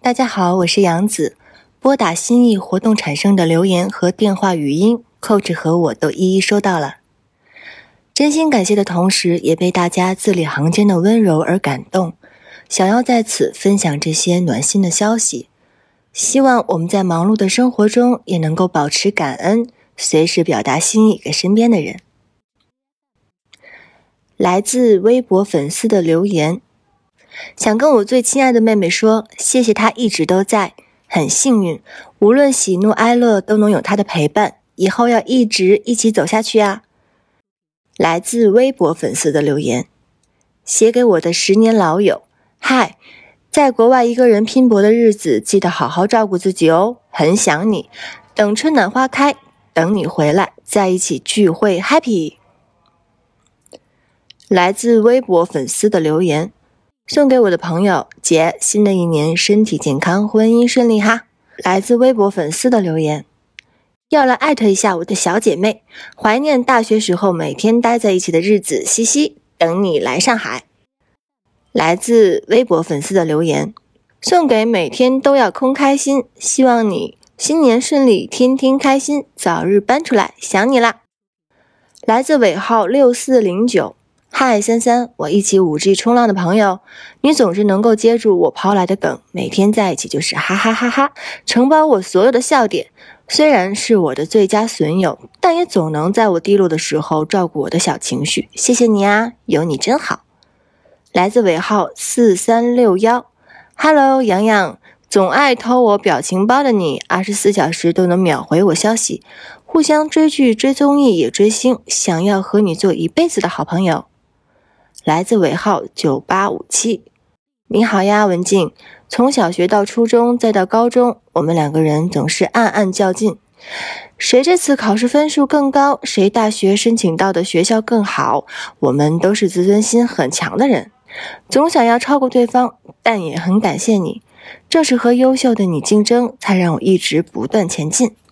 大家好，我是杨子。拨打心意活动产生的留言和电话语音，Coach 和我都一一收到了。真心感谢的同时，也被大家字里行间的温柔而感动，想要在此分享这些暖心的消息。希望我们在忙碌的生活中也能够保持感恩，随时表达心意给身边的人。来自微博粉丝的留言，想跟我最亲爱的妹妹说，谢谢她一直都在，很幸运，无论喜怒哀乐都能有她的陪伴，以后要一直一起走下去啊。来自微博粉丝的留言，写给我的10年老友，嗨，在国外一个人拼搏的日子，记得好好照顾自己哦，很想你，等春暖花开，等你回来，在一起聚会 happy。 来自微博粉丝的留言，送给我的朋友姐，新的一年身体健康，婚姻顺利哈。来自微博粉丝的留言，要来艾特一下我的小姐妹，怀念大学时候每天待在一起的日子，嘻嘻，等你来上海。来自微博粉丝的留言，送给每天都要空开心，希望你新年顺利，天天开心，早日搬出来，想你啦。来自尾号6409，嗨三三，我一起5G 冲浪的朋友，你总是能够接住我抛来的梗，每天在一起就是哈哈哈哈，承包我所有的笑点。虽然是我的最佳损友，但也总能在我低落的时候照顾我的小情绪，谢谢你啊，有你真好。来自尾号4361， Hello 洋洋，总爱偷我表情包的你，24小时都能秒回我消息，互相追剧追综艺也追星，想要和你做一辈子的好朋友。来自尾号9857，你好呀文静，从小学到初中再到高中，我们2个人总是暗暗较劲，谁这次考试分数更高，谁大学申请到的学校更好，我们都是自尊心很强的人，总想要超过对方，但也很感谢你，正是和优秀的你竞争，才让我一直不断前进。